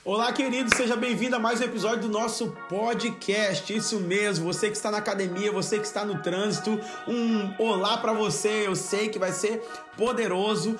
Olá, querido, seja bem-vindo a mais um episódio do nosso podcast. Isso mesmo, você que está na academia, você que está no trânsito, um olá para você. Eu sei que vai ser poderoso.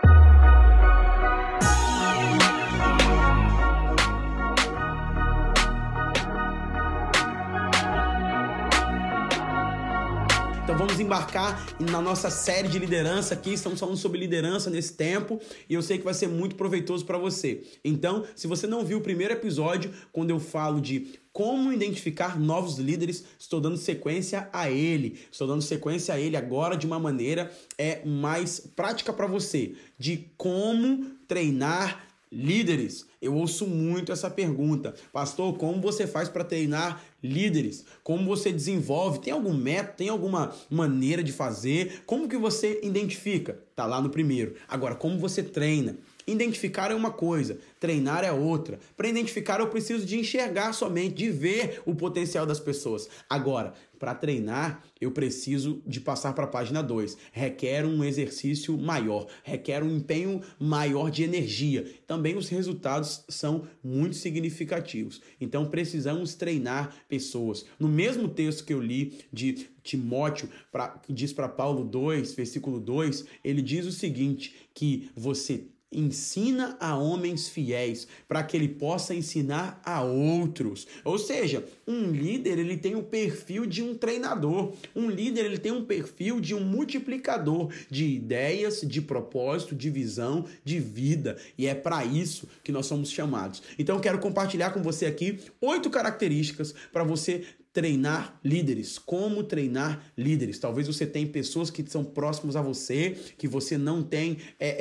Então vamos embarcar na nossa série de liderança aqui, estamos falando sobre liderança nesse tempo e eu sei que vai ser muito proveitoso para você. Então, se você não viu o primeiro episódio, quando eu falo de como identificar novos líderes, estou dando sequência a ele. Estou dando sequência a ele agora de uma maneira mais prática para você, de como treinar líderes. Eu ouço muito essa pergunta. Pastor, como você faz para treinar líderes? Como você desenvolve? Tem algum método? Tem alguma maneira de fazer? Como que você identifica? Tá lá no primeiro. Agora, como você treina? Identificar é uma coisa, treinar é outra. Para identificar eu preciso de enxergar somente, de ver o potencial das pessoas. Agora, para treinar eu preciso de passar para a página 2. Requer um exercício maior, requer um empenho maior de energia. Também os resultados são muito significativos. Então precisamos treinar pessoas. No mesmo texto que eu li de Timóteo, que diz para Paulo 2, versículo 2, ele diz o seguinte, que você ensina a homens fiéis para que ele possa ensinar a outros. Ou seja, um líder ele tem o perfil de um treinador. Um líder ele tem um perfil de um multiplicador de ideias, de propósito, de visão, de vida. E é para isso que nós somos chamados. Então eu quero compartilhar com você aqui 8 características para você treinar líderes. Como treinar líderes? Talvez você tenha pessoas que são próximas a você, que você não tem,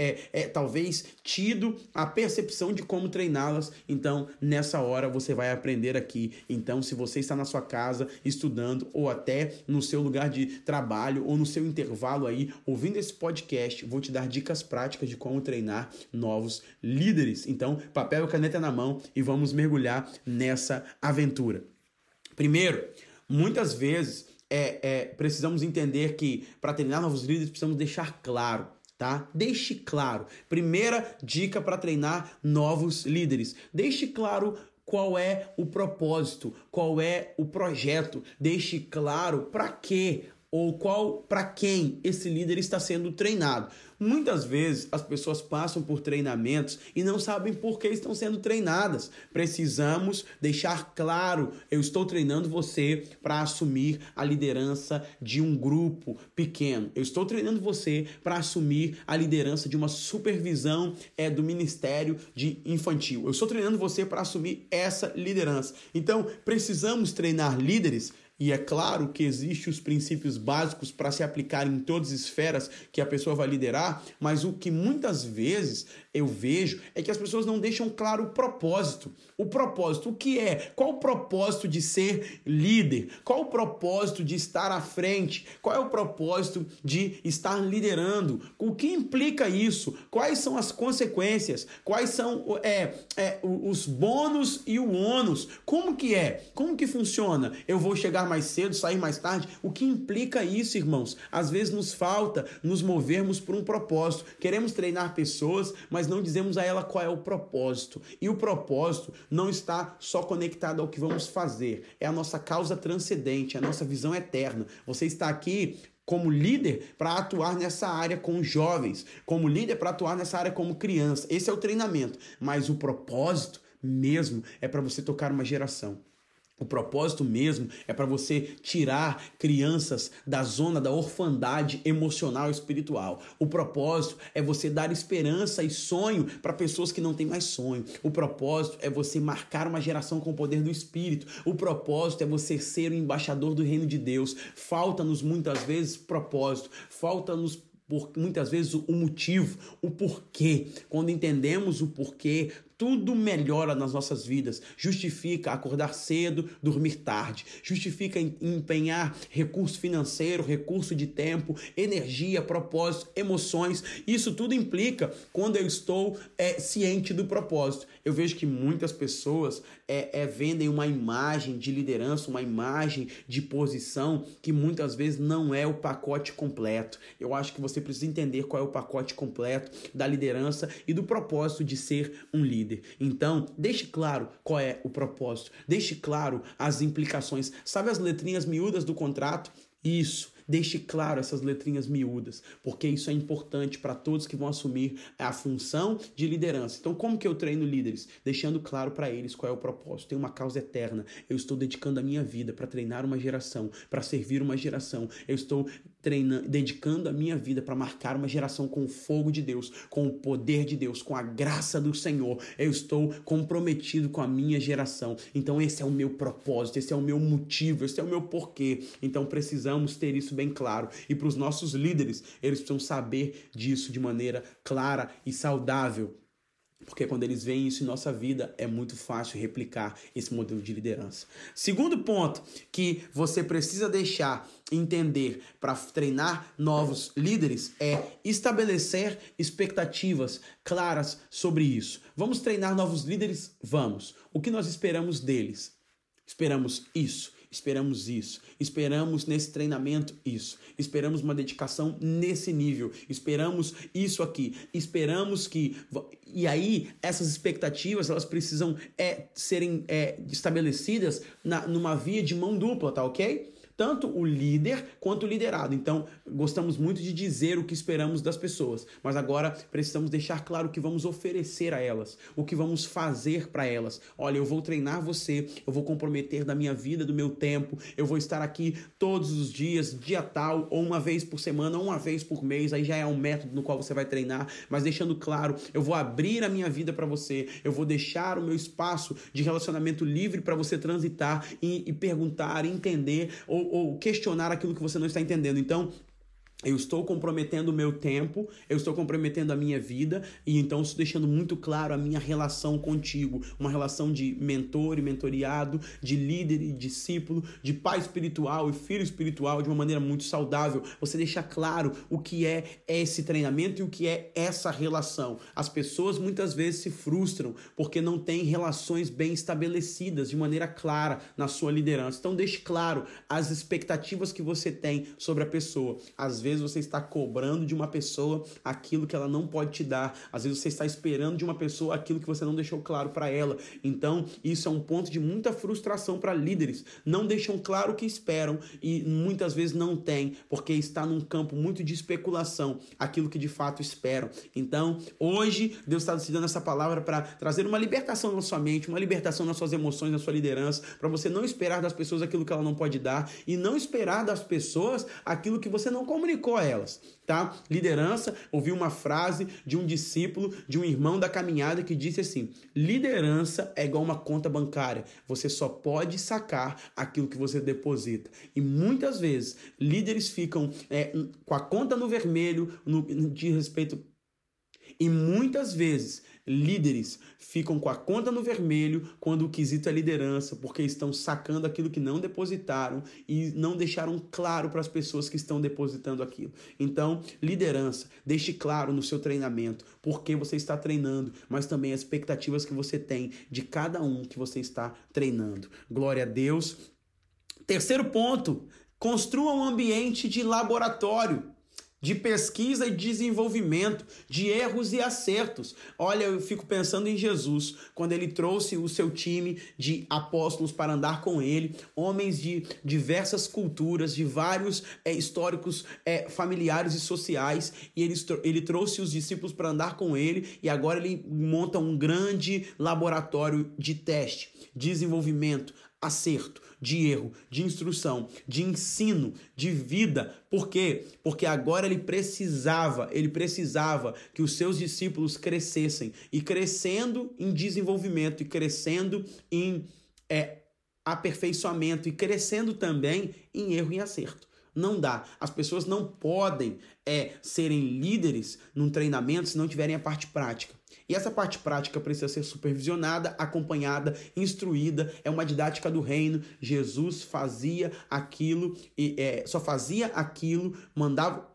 talvez, tido a percepção de como treiná-las. Então, nessa hora, você vai aprender aqui. Então, se você está na sua casa, estudando, ou até no seu lugar de trabalho, ou no seu intervalo aí, ouvindo esse podcast, vou te dar dicas práticas de como treinar novos líderes. Então, papel e caneta na mão e vamos mergulhar nessa aventura. Primeiro, muitas vezes precisamos entender que para treinar novos líderes precisamos deixar claro, tá? Deixe claro. Primeira dica para treinar novos líderes. Deixe claro qual é o propósito, qual é o projeto. Deixe claro para quê ou para quem esse líder está sendo treinado. Muitas vezes as pessoas passam por treinamentos e não sabem por que estão sendo treinadas. Precisamos deixar claro, eu estou treinando você para assumir a liderança de um grupo pequeno. Eu estou treinando você para assumir a liderança de uma supervisão do Ministério de Infantil. Eu estou treinando você para assumir essa liderança. Então, precisamos treinar líderes. E é claro que existem os princípios básicos para se aplicar em todas as esferas que a pessoa vai liderar, mas o que muitas vezes eu vejo é que as pessoas não deixam claro o propósito. O propósito, o que é? Qual o propósito de ser líder? Qual o propósito de estar à frente? Qual é o propósito de estar liderando? O que implica isso? Quais são as consequências? Quais são os bônus e o ônus? Como que é? Como que funciona? Eu vou chegar mais cedo, sair mais tarde? O que implica isso, irmãos? Às vezes nos falta nos movermos por um propósito. Queremos treinar pessoas, mas não dizemos a ela qual é o propósito. E o propósito não está só conectado ao que vamos fazer. É a nossa causa transcendente, a nossa visão eterna. Você está aqui como líder para atuar nessa área com jovens, como líder para atuar nessa área como criança. Esse é o treinamento. Mas o propósito mesmo é para você tocar uma geração. O propósito mesmo é para você tirar crianças da zona da orfandade emocional e espiritual. O propósito é você dar esperança e sonho para pessoas que não têm mais sonho. O propósito é você marcar uma geração com o poder do Espírito. O propósito é você ser o embaixador do reino de Deus. Falta-nos muitas vezes propósito, falta-nos muitas vezes o motivo, o porquê. Quando entendemos o porquê, tudo melhora nas nossas vidas. Justifica acordar cedo, dormir tarde. Justifica empenhar recurso financeiro, recurso de tempo, energia, propósito, emoções. Isso tudo implica quando eu estou ciente do propósito. Eu vejo que muitas pessoas vendem uma imagem de liderança, uma imagem de posição que muitas vezes não é o pacote completo. Eu acho que você precisa entender qual é o pacote completo da liderança e do propósito de ser um líder. líder. Então, deixe claro qual é o propósito, deixe claro as implicações. Sabe as letrinhas miúdas do contrato? Isso. Deixe claro essas letrinhas miúdas, porque isso é importante para todos que vão assumir a função de liderança. Então, como que eu treino líderes? Deixando claro para eles qual é o propósito. Tem uma causa eterna. Eu estou dedicando a minha vida para treinar uma geração, para servir uma geração. Eu estou dedicando a minha vida para marcar uma geração com o fogo de Deus, com o poder de Deus, com a graça do Senhor. Eu estou comprometido com a minha geração. Então, esse é o meu propósito, esse é o meu motivo, esse é o meu porquê. Então, precisamos ter isso bem claro. E para os nossos líderes, eles precisam saber disso de maneira clara e saudável. Porque quando eles veem isso em nossa vida, é muito fácil replicar esse modelo de liderança. Segundo ponto que você precisa deixar entender para treinar novos líderes é estabelecer expectativas claras sobre isso. Vamos treinar novos líderes? Vamos. O que nós esperamos deles? Esperamos isso. Esperamos isso, esperamos nesse treinamento isso, esperamos uma dedicação nesse nível, esperamos isso aqui, esperamos que... E aí, essas expectativas, elas precisam serem estabelecidas numa via de mão dupla, tá ok? Tanto o líder quanto o liderado. Então, gostamos muito de dizer o que esperamos das pessoas, mas agora precisamos deixar claro o que vamos oferecer a elas, o que vamos fazer para elas. Olha, eu vou treinar você, eu vou comprometer da minha vida, do meu tempo, eu vou estar aqui todos os dias, dia tal, ou uma vez por semana, ou uma vez por mês, aí já é um método no qual você vai treinar, mas deixando claro, eu vou abrir a minha vida para você, eu vou deixar o meu espaço de relacionamento livre para você transitar e perguntar, entender, ou questionar aquilo que você não está entendendo. Então, eu estou comprometendo o meu tempo, eu estou comprometendo a minha vida e então estou deixando muito claro a minha relação contigo, uma relação de mentor e mentoriado, de líder e discípulo, de pai espiritual e filho espiritual de uma maneira muito saudável. Você deixa claro o que é esse treinamento e o que é essa relação. As pessoas muitas vezes se frustram porque não têm relações bem estabelecidas de maneira clara na sua liderança. Então deixe claro as expectativas que você tem sobre a pessoa. Às vezes você está cobrando de uma pessoa aquilo que ela não pode te dar. Às vezes você está esperando de uma pessoa aquilo que você não deixou claro para ela. Então, isso é um ponto de muita frustração para líderes. Não deixam claro o que esperam e muitas vezes não tem, porque está num campo muito de especulação aquilo que de fato esperam. Então, hoje, Deus está te dando essa palavra para trazer uma libertação na sua mente, uma libertação nas suas emoções, na sua liderança, para você não esperar das pessoas aquilo que ela não pode dar e não esperar das pessoas aquilo que você não comunicou a elas, tá? Liderança, ouvi uma frase de um discípulo, de um irmão da caminhada que disse assim: liderança é igual uma conta bancária, você só pode sacar aquilo que você deposita. E muitas vezes líderes ficam com a conta no vermelho de respeito. E muitas vezes líderes ficam com a conta no vermelho quando o quesito é liderança, porque estão sacando aquilo que não depositaram e não deixaram claro para as pessoas que estão depositando aquilo. Então, liderança, deixe claro no seu treinamento por que você está treinando, mas também as expectativas que você tem de cada um que você está treinando. Glória a Deus. Terceiro ponto, construa um ambiente de laboratório, de pesquisa e desenvolvimento, de erros e acertos. Olha, eu fico pensando em Jesus, quando ele trouxe o seu time de apóstolos para andar com ele, homens de diversas culturas, de vários históricos familiares e sociais, e ele trouxe os discípulos para andar com ele, e agora ele monta um grande laboratório de teste, desenvolvimento, acerto, de erro, de instrução, de ensino, de vida. Por quê? Porque agora ele precisava que os seus discípulos crescessem. E crescendo em desenvolvimento, e crescendo em aperfeiçoamento, e crescendo também em erro e acerto. Não dá. As pessoas não podem serem líderes num treinamento se não tiverem a parte prática. E essa parte prática precisa ser supervisionada, acompanhada, instruída. É uma didática do reino. Jesus fazia aquilo, só fazia aquilo, mandava.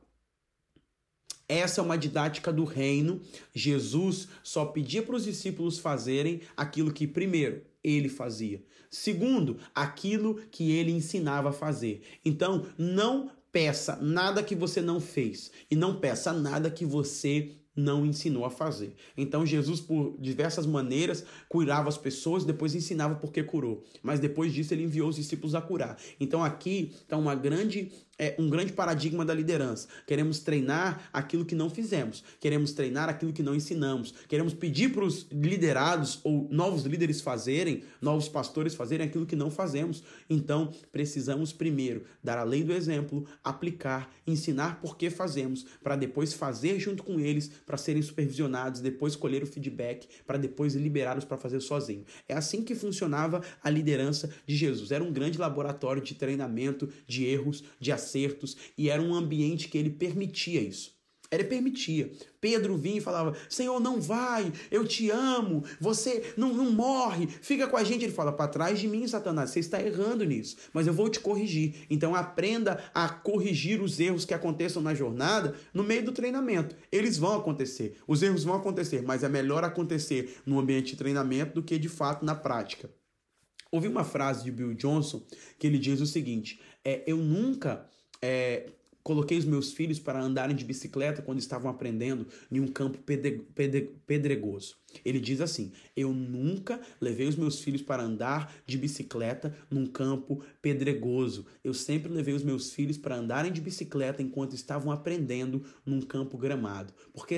Essa é uma didática do reino. Jesus só pedia para os discípulos fazerem aquilo que, primeiro, ele fazia. Segundo, aquilo que ele ensinava a fazer. Então, não peça nada que você não fez. E não peça nada que você não ensinou a fazer. Então Jesus, por diversas maneiras, curava as pessoas, depois ensinava porque curou. Mas depois disso ele enviou os discípulos a curar. Então aqui está um grande paradigma da liderança. Queremos treinar aquilo que não fizemos. Queremos treinar aquilo que não ensinamos. Queremos pedir para os liderados ou novos líderes fazerem, novos pastores fazerem aquilo que não fazemos. Então precisamos primeiro dar a lei do exemplo, aplicar, ensinar por que fazemos, para depois fazer junto com eles, para serem supervisionados, depois colher o feedback, para depois liberá-los para fazer sozinho. É assim que funcionava a liderança de Jesus. Era um grande laboratório de treinamento, de erros, de acertos, e era um ambiente que ele permitia isso. Ele permitia. Pedro vinha e falava, Senhor, não vai, eu te amo, você não morre, fica com a gente. Ele fala, para trás de mim, Satanás, você está errando nisso, mas eu vou te corrigir. Então aprenda a corrigir os erros que aconteçam na jornada no meio do treinamento. Eles vão acontecer, os erros vão acontecer, mas é melhor acontecer no ambiente de treinamento do que de fato na prática. Ouvi uma frase de Bill Johnson que ele diz o seguinte, eu nunca coloquei os meus filhos para andarem de bicicleta quando estavam aprendendo em um campo pedregoso. Ele diz assim, eu nunca levei os meus filhos para andar de bicicleta num campo pedregoso. Eu sempre levei os meus filhos para andarem de bicicleta enquanto estavam aprendendo num campo gramado. Porque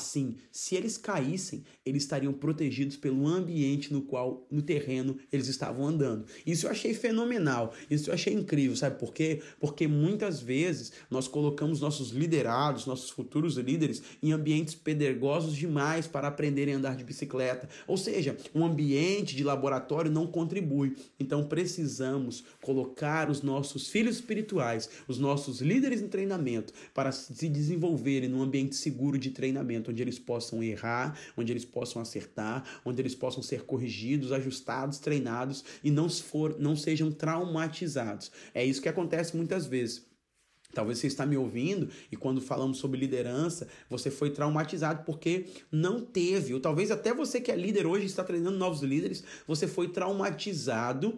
se eles caíssem, eles estariam protegidos pelo ambiente no terreno eles estavam andando. Isso eu achei fenomenal, isso eu achei incrível, sabe por quê? Porque muitas vezes nós colocamos nossos liderados, nossos futuros líderes em ambientes pedregosos demais para aprenderem a andar de bicicleta, ou seja, um ambiente de laboratório não contribui. Então precisamos colocar os nossos filhos espirituais, os nossos líderes em treinamento, para se desenvolverem num ambiente seguro de treinamento, onde eles possam errar, onde eles possam acertar, onde eles possam ser corrigidos, ajustados, treinados e não sejam traumatizados. É isso que acontece muitas vezes. Talvez você está me ouvindo e quando falamos sobre liderança, você foi traumatizado porque não teve, ou talvez até você que é líder hoje está treinando novos líderes, você foi traumatizado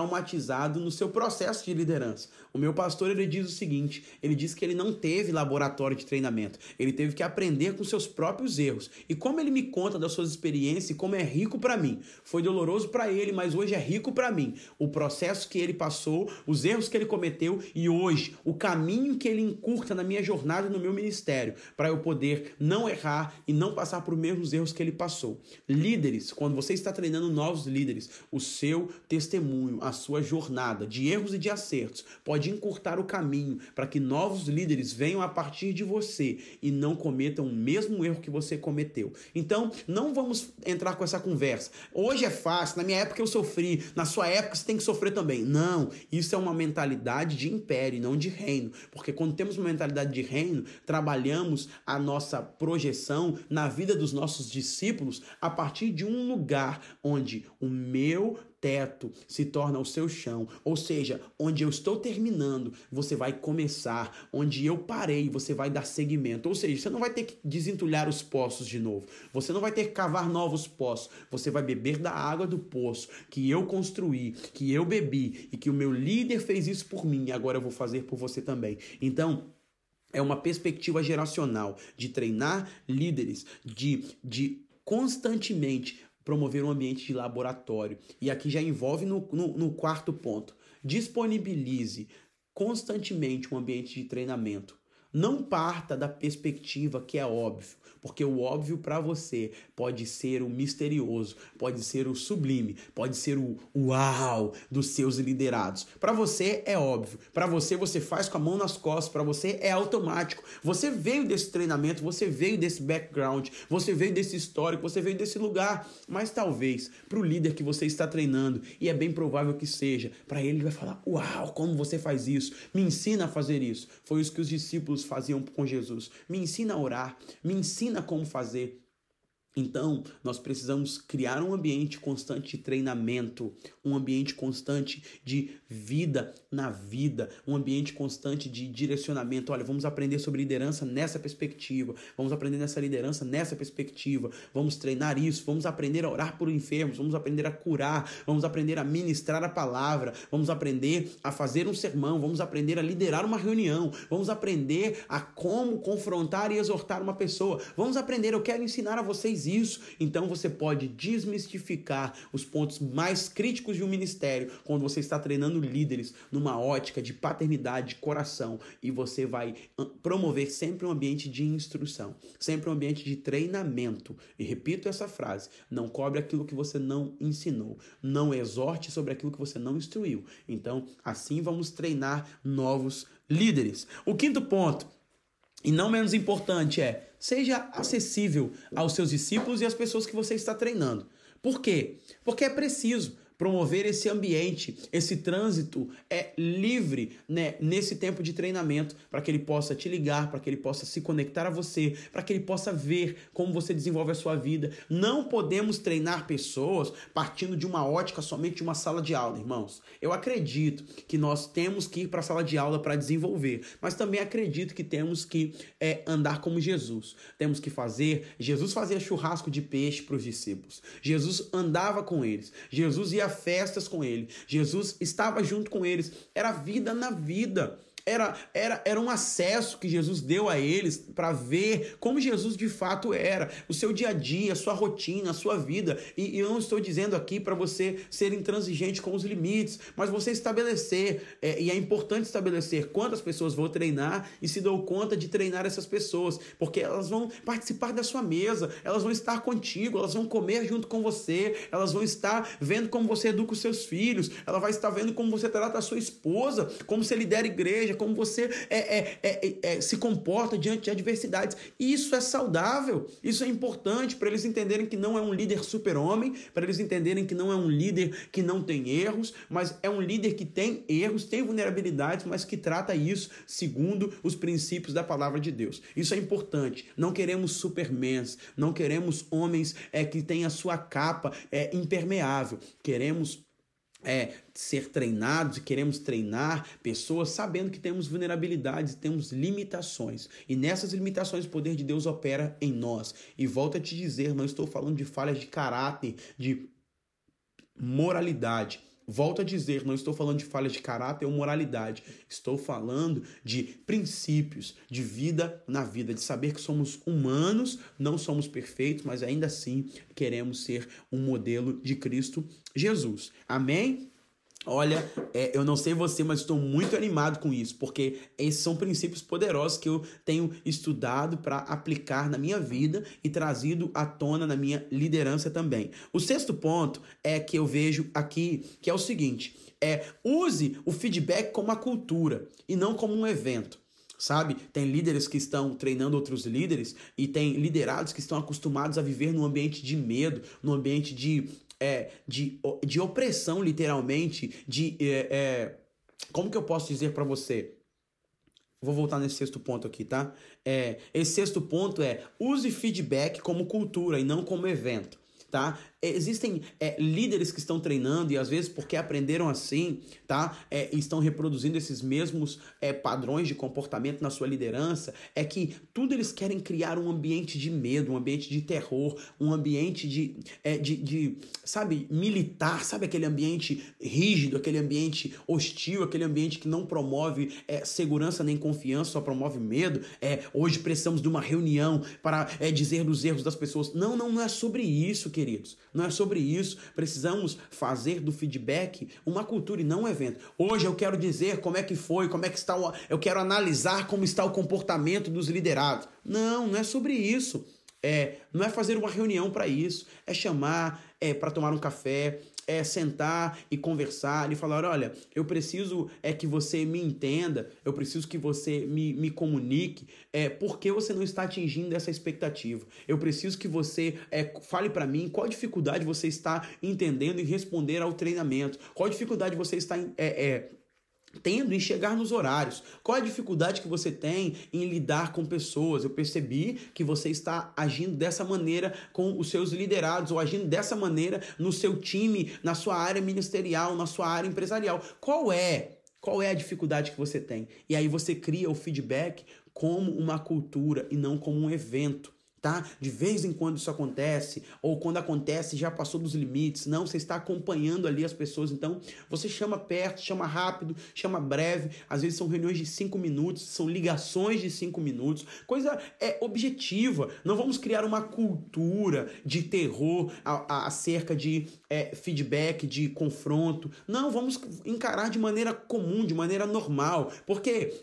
no seu processo de liderança. O meu pastor, ele diz o seguinte, ele diz que ele não teve laboratório de treinamento, ele teve que aprender com seus próprios erros. E como ele me conta das suas experiências e como é rico para mim, foi doloroso para ele, mas hoje é rico para mim. O processo que ele passou, os erros que ele cometeu e hoje o caminho que ele encurta na minha jornada e no meu ministério, para eu poder não errar e não passar por mesmos erros que ele passou. Líderes, quando você está treinando novos líderes, o seu testemunho, a sua jornada de erros e de acertos pode encurtar o caminho para que novos líderes venham a partir de você e não cometam o mesmo erro que você cometeu. Então, não vamos entrar com essa conversa. Hoje é fácil, na minha época eu sofri, na sua época você tem que sofrer também. Não, isso é uma mentalidade de império e não de reino. Porque quando temos uma mentalidade de reino, trabalhamos a nossa projeção na vida dos nossos discípulos a partir de um lugar onde o meu teto se torna o seu chão, ou seja, onde eu estou terminando, você vai começar, onde eu parei, você vai dar seguimento, ou seja, você não vai ter que desentulhar os poços de novo, você não vai ter que cavar novos poços, você vai beber da água do poço que eu construí, que eu bebi e que o meu líder fez isso por mim e agora eu vou fazer por você também. Então, é uma perspectiva geracional de treinar líderes, de constantemente promover um ambiente de laboratório. E aqui já envolve no quarto ponto. Disponibilize constantemente um ambiente de treinamento. Não parta da perspectiva que é óbvio, porque o óbvio para você pode ser o misterioso, pode ser o sublime, pode ser o uau dos seus liderados. Para você é óbvio, para você faz com a mão nas costas, para você é automático. Você veio desse treinamento, você veio desse background, você veio desse histórico, você veio desse lugar, mas talvez para o líder que você está treinando, e é bem provável que seja, para ele vai falar, uau, como você faz isso? Me ensina a fazer isso. Foi isso que os discípulos faziam com Jesus. Me ensina a orar, me ensina como fazer. Então, nós precisamos criar um ambiente constante de treinamento, um ambiente constante de vida na vida, um ambiente constante de direcionamento. Olha, vamos aprender sobre liderança nessa perspectiva, vamos aprender nessa liderança nessa perspectiva, vamos treinar isso, vamos aprender a orar por enfermos, vamos aprender a curar, vamos aprender a ministrar a palavra, vamos aprender a fazer um sermão, vamos aprender a liderar uma reunião, vamos aprender a como confrontar e exortar uma pessoa, vamos aprender, eu quero ensinar a vocês isso. Então você pode desmistificar os pontos mais críticos de um ministério quando você está treinando líderes numa ótica de paternidade, de coração, e você vai promover sempre um ambiente de instrução, sempre um ambiente de treinamento. E repito essa frase: não cobre aquilo que você não ensinou, não exorte sobre aquilo que você não instruiu. Então, assim vamos treinar novos líderes. O quinto ponto, e não menos importante, seja acessível aos seus discípulos e às pessoas que você está treinando. Por quê? Porque é preciso promover esse ambiente, esse trânsito livre, né, nesse tempo de treinamento, para que ele possa te ligar, para que ele possa se conectar a você, para que ele possa ver como você desenvolve a sua vida. Não podemos treinar pessoas partindo de uma ótica somente de uma sala de aula, irmãos. Eu acredito que nós temos que ir para a sala de aula para desenvolver, mas também acredito que temos que andar como Jesus. Temos que Jesus fazia churrasco de peixe para os discípulos. Jesus andava com eles. Jesus ia festas com ele. Jesus estava junto com eles. Era vida na vida. Era um acesso que Jesus deu a eles para ver como Jesus de fato era, o seu dia a dia, a sua rotina, a sua vida. E eu não estou dizendo aqui para você ser intransigente com os limites, mas você estabelecer, e é importante estabelecer quantas pessoas vou treinar e se dou conta de treinar essas pessoas, porque elas vão participar da sua mesa, elas vão estar contigo, elas vão comer junto com você, elas vão estar vendo como você educa os seus filhos, ela vai estar vendo como você trata a sua esposa, como você lidera a igreja, como você se comporta diante de adversidades. E isso é saudável, isso é importante para eles entenderem que não é um líder super-homem, para eles entenderem que não é um líder que não tem erros, mas é um líder que tem erros, tem vulnerabilidades, mas que trata isso segundo os princípios da palavra de Deus. Isso é importante. Não queremos supermans, não queremos homens que têm a sua capa impermeável. Queremos ser treinados e queremos treinar pessoas sabendo que temos vulnerabilidades, temos limitações, e nessas limitações o poder de Deus opera em nós. E volto a te dizer, não estou falando de falhas de caráter, de moralidade. Volto a dizer, não estou falando de falhas de caráter ou moralidade. Estou falando de princípios, de vida na vida, de saber que somos humanos, não somos perfeitos, mas ainda assim queremos ser um modelo de Cristo Jesus. Amém? Olha, eu não sei você, mas estou muito animado com isso, porque esses são princípios poderosos que eu tenho estudado para aplicar na minha vida e trazido à tona na minha liderança também. O sexto ponto que eu vejo aqui, que é o seguinte, use o feedback como uma cultura e não como um evento. Sabe? Tem líderes que estão treinando outros líderes e tem liderados que estão acostumados a viver num ambiente de medo, num ambiente de opressão, literalmente, como que eu posso dizer para você? Vou voltar nesse sexto ponto aqui, tá? Esse sexto ponto use feedback como cultura e não como evento. Tá? Existem líderes que estão treinando e às vezes porque aprenderam assim, tá? Estão reproduzindo esses mesmos padrões de comportamento na sua liderança, que tudo eles querem criar um ambiente de medo, um ambiente de terror, um ambiente sabe, militar, sabe, aquele ambiente rígido, aquele ambiente hostil, aquele ambiente que não promove segurança nem confiança, só promove medo. Hoje precisamos de uma reunião para dizer dos erros das pessoas. Não é sobre isso, queridos. Não é sobre isso. Precisamos fazer do feedback uma cultura e não um evento. Hoje eu quero dizer como é que foi, como é que está eu quero analisar como está o comportamento dos liderados. Não é sobre isso. Não é fazer uma reunião para isso. É chamar para tomar um café, sentar e conversar e falar, olha, eu preciso que você me entenda, eu preciso que você me comunique por que você não está atingindo essa expectativa. Eu preciso que você fale para mim qual dificuldade você está entendendo em responder ao treinamento, qual dificuldade você está tendo em chegar nos horários. Qual a dificuldade que você tem em lidar com pessoas? Eu percebi que você está agindo dessa maneira com os seus liderados ou agindo dessa maneira no seu time, na sua área ministerial, na sua área empresarial. Qual é a dificuldade que você tem? E aí você cria o feedback como uma cultura e não como um evento. Tá? De vez em quando isso acontece, ou quando acontece já passou dos limites. Não, você está acompanhando ali as pessoas, então você chama perto, chama rápido, chama breve. Às vezes são reuniões de 5 minutos, são ligações de 5 minutos, coisa objetiva. Não vamos criar uma cultura de terror acerca de feedback, de confronto. Não, vamos encarar de maneira comum, de maneira normal, porque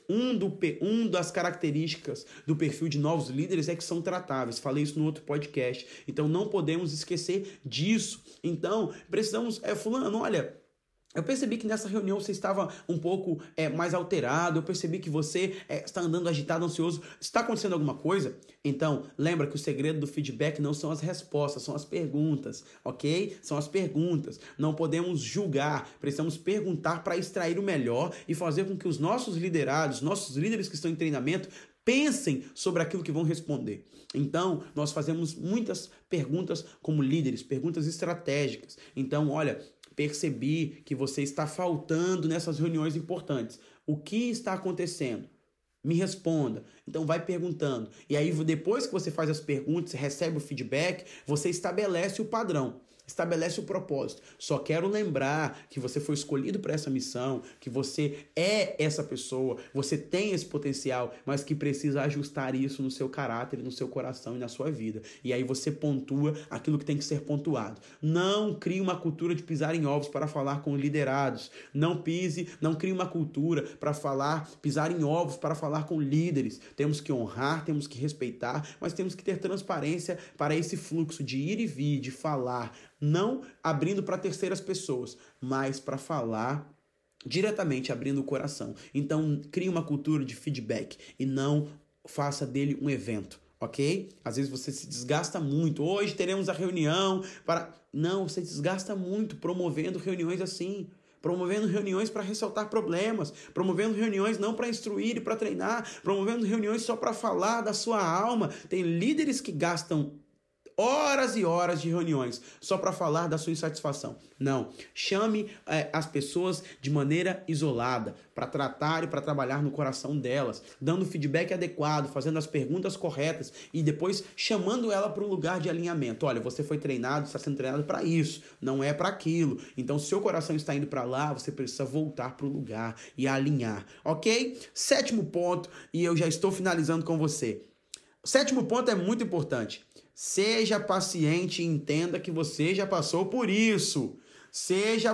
um das características do perfil de novos líderes é que são tratáveis. Falei isso no outro podcast. Então não podemos esquecer disso. Então precisamos... fulano, olha... Eu percebi que nessa reunião você estava um pouco mais alterado, eu percebi que você está andando agitado, ansioso. Está acontecendo alguma coisa? Então, lembra que o segredo do feedback não são as respostas, são as perguntas, ok? São as perguntas. Não podemos julgar, precisamos perguntar para extrair o melhor e fazer com que os nossos liderados, nossos líderes que estão em treinamento, pensem sobre aquilo que vão responder. Então, nós fazemos muitas perguntas como líderes, perguntas estratégicas. Então, olha... Percebi que você está faltando nessas reuniões importantes. O que está acontecendo? Me responda. Então vai perguntando. E aí depois que você faz as perguntas, recebe o feedback, você estabelece o padrão. Estabelece o propósito. Só quero lembrar que você foi escolhido para essa missão, que você é essa pessoa, você tem esse potencial, mas que precisa ajustar isso no seu caráter, no seu coração e na sua vida. E aí você pontua aquilo que tem que ser pontuado. Não crie uma cultura de pisar em ovos para falar com liderados. Não crie uma cultura para pisar em ovos para falar com líderes. Temos que honrar, temos que respeitar, mas temos que ter transparência para esse fluxo de ir e vir, de falar, não abrindo para terceiras pessoas, mas para falar diretamente, abrindo o coração. Então, crie uma cultura de feedback e não faça dele um evento, ok? Às vezes você se desgasta muito. Hoje teremos a reunião para... Não, você desgasta muito promovendo reuniões assim. Promovendo reuniões para ressaltar problemas, promovendo reuniões não para instruir e para treinar, promovendo reuniões só para falar da sua alma. Tem líderes que gastam horas e horas de reuniões só para falar da sua insatisfação. Não, chame as pessoas de maneira isolada, para tratar e para trabalhar no coração delas, dando feedback adequado, fazendo as perguntas corretas e depois chamando ela para um lugar de alinhamento. Olha, você foi treinado, está sendo treinado para isso, não é para aquilo. Então, se seu coração está indo para lá, você precisa voltar para o lugar e alinhar, ok? 7º ponto, e eu já estou finalizando com você. O 7º ponto é muito importante. Seja paciente e entenda que você já passou por isso. Seja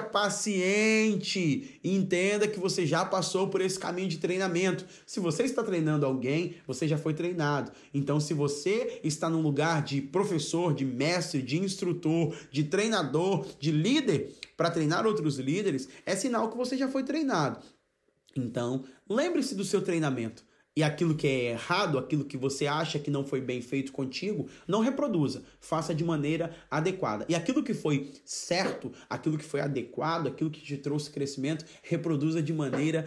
paciente e entenda que você já passou por esse caminho de treinamento. Se você está treinando alguém, você já foi treinado. Então, se você está num lugar de professor, de mestre, de instrutor, de treinador, de líder, para treinar outros líderes, é sinal que você já foi treinado. Então, lembre-se do seu treinamento. E aquilo que é errado, aquilo que você acha que não foi bem feito contigo, não reproduza. Faça de maneira adequada. E aquilo que foi certo, aquilo que foi adequado, aquilo que te trouxe crescimento, reproduza de maneira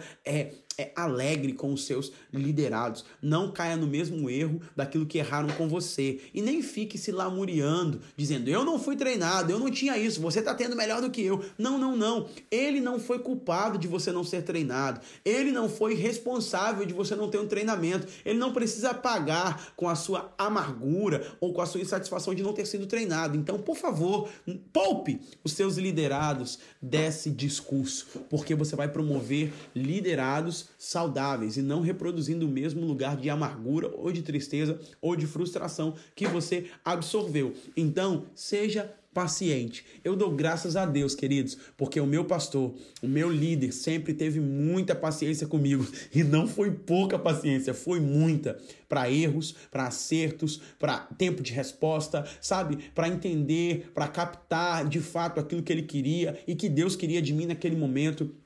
alegre com os seus liderados. Não caia no mesmo erro daquilo que erraram com você. E nem fique se lamuriando, dizendo, eu não fui treinado, eu não tinha isso, você está tendo melhor do que eu. Não, não, não. Ele não foi culpado de você não ser treinado. Ele não foi responsável de você não ter um treinamento. Ele não precisa pagar com a sua amargura ou com a sua insatisfação de não ter sido treinado. Então, por favor, poupe os seus liderados desse discurso, porque você vai promover liderados saudáveis e não reproduzindo o mesmo lugar de amargura ou de tristeza ou de frustração que você absorveu. Então, seja paciente. Eu dou graças a Deus, queridos, porque o meu pastor, o meu líder, sempre teve muita paciência comigo. E não foi pouca paciência, foi muita. Para erros, para acertos, para tempo de resposta, sabe? Para entender, para captar de fato aquilo que ele queria e que Deus queria de mim naquele momento.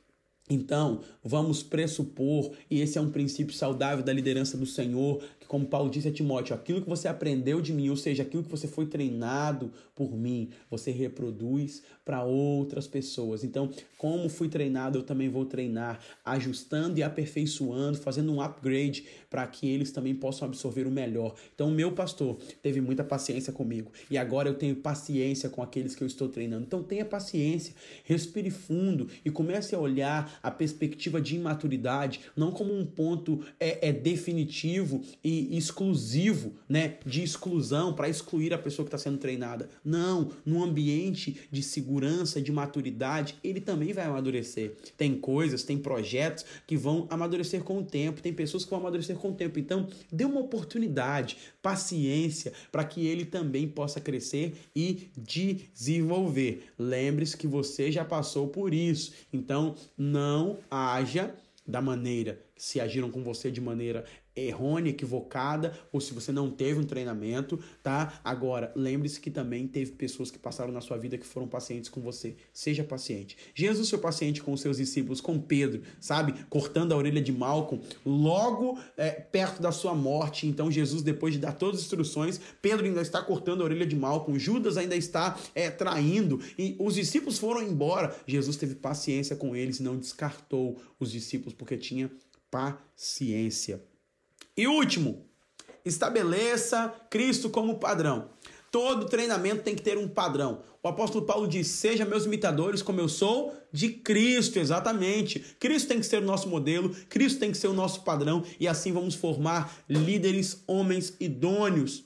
Então, vamos pressupor, e esse é um princípio saudável da liderança do Senhor, que como Paulo disse a Timóteo, aquilo que você aprendeu de mim, ou seja, aquilo que você foi treinado por mim, você reproduz para outras pessoas. Então, como fui treinado, eu também vou treinar, ajustando e aperfeiçoando, fazendo um upgrade para que eles também possam absorver o melhor. Então, o meu pastor teve muita paciência comigo, e agora eu tenho paciência com aqueles que eu estou treinando. Então, tenha paciência, respire fundo e comece a olhar a perspectiva de imaturidade não como um ponto definitivo e exclusivo, né, de exclusão para excluir a pessoa que está sendo treinada. Não, num ambiente de segurança, de maturidade, ele também vai amadurecer. Tem coisas, tem projetos que vão amadurecer com o tempo, tem pessoas que vão amadurecer com o tempo. Então, dê uma oportunidade, paciência, para que ele também possa crescer e desenvolver. Lembre-se que você já passou por isso. Então, não haja da maneira que se agiram com você de maneira errônea, equivocada, ou se você não teve um treinamento, tá? Agora, lembre-se que também teve pessoas que passaram na sua vida que foram pacientes com você. Seja paciente. Jesus foi paciente com os seus discípulos, com Pedro, sabe? Cortando a orelha de Malcolm, logo perto da sua morte. Então, Jesus, depois de dar todas as instruções, Pedro ainda está cortando a orelha de Malcolm, Judas ainda está traindo, e os discípulos foram embora. Jesus teve paciência com eles e não descartou os discípulos porque tinha paciência. E último, estabeleça Cristo como padrão. Todo treinamento tem que ter um padrão. O apóstolo Paulo diz, seja meus imitadores como eu sou de Cristo, exatamente. Cristo tem que ser o nosso modelo, Cristo tem que ser o nosso padrão, e assim vamos formar líderes, homens idôneos.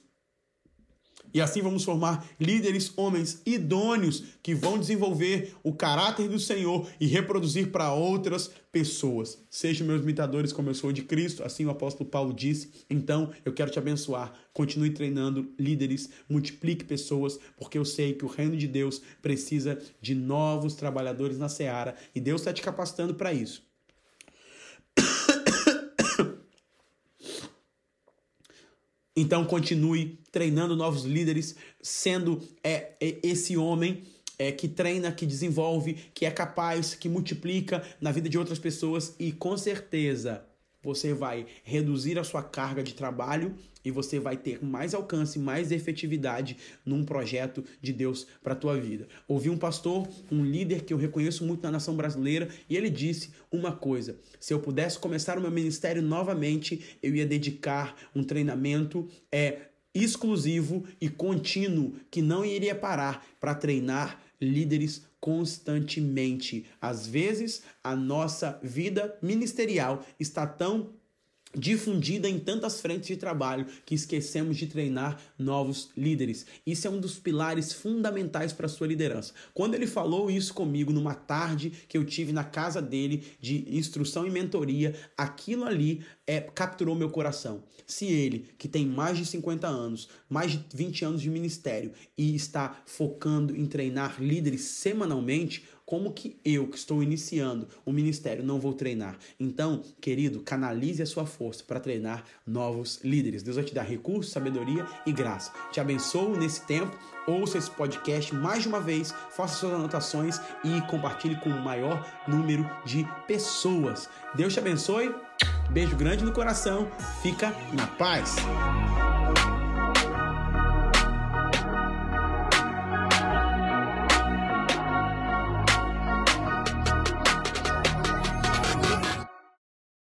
E assim vamos formar líderes, homens idôneos que vão desenvolver o caráter do Senhor e reproduzir para outras pessoas. Sejam meus imitadores como eu sou de Cristo, assim o apóstolo Paulo disse. Então, eu quero te abençoar. Continue treinando líderes, multiplique pessoas, porque eu sei que o reino de Deus precisa de novos trabalhadores na seara e Deus está te capacitando para isso. Então, continue treinando novos líderes, sendo esse homem que treina, que desenvolve, que é capaz, que multiplica na vida de outras pessoas, e com certeza você vai reduzir a sua carga de trabalho e você vai ter mais alcance, mais efetividade num projeto de Deus para a tua vida. Ouvi um pastor, um líder que eu reconheço muito na nação brasileira, e ele disse uma coisa: se eu pudesse começar o meu ministério novamente, eu ia dedicar um treinamento exclusivo e contínuo, que não iria parar, para treinar líderes constantemente. Às vezes, a nossa vida ministerial está tão difundida em tantas frentes de trabalho que esquecemos de treinar novos líderes. Isso é um dos pilares fundamentais para a sua liderança. Quando ele falou isso comigo numa tarde que eu tive na casa dele de instrução e mentoria, aquilo ali capturou meu coração. Se ele, que tem mais de 50 anos, mais de 20 anos de ministério e está focando em treinar líderes semanalmente, como que eu, que estou iniciando o ministério, não vou treinar? Então, querido, canalize a sua força para treinar novos líderes. Deus vai te dar recursos, sabedoria e graça. Te abençoo nesse tempo. Ouça esse podcast mais de uma vez, faça suas anotações e compartilhe com o maior número de pessoas. Deus te abençoe. Beijo grande no coração. Fica na paz.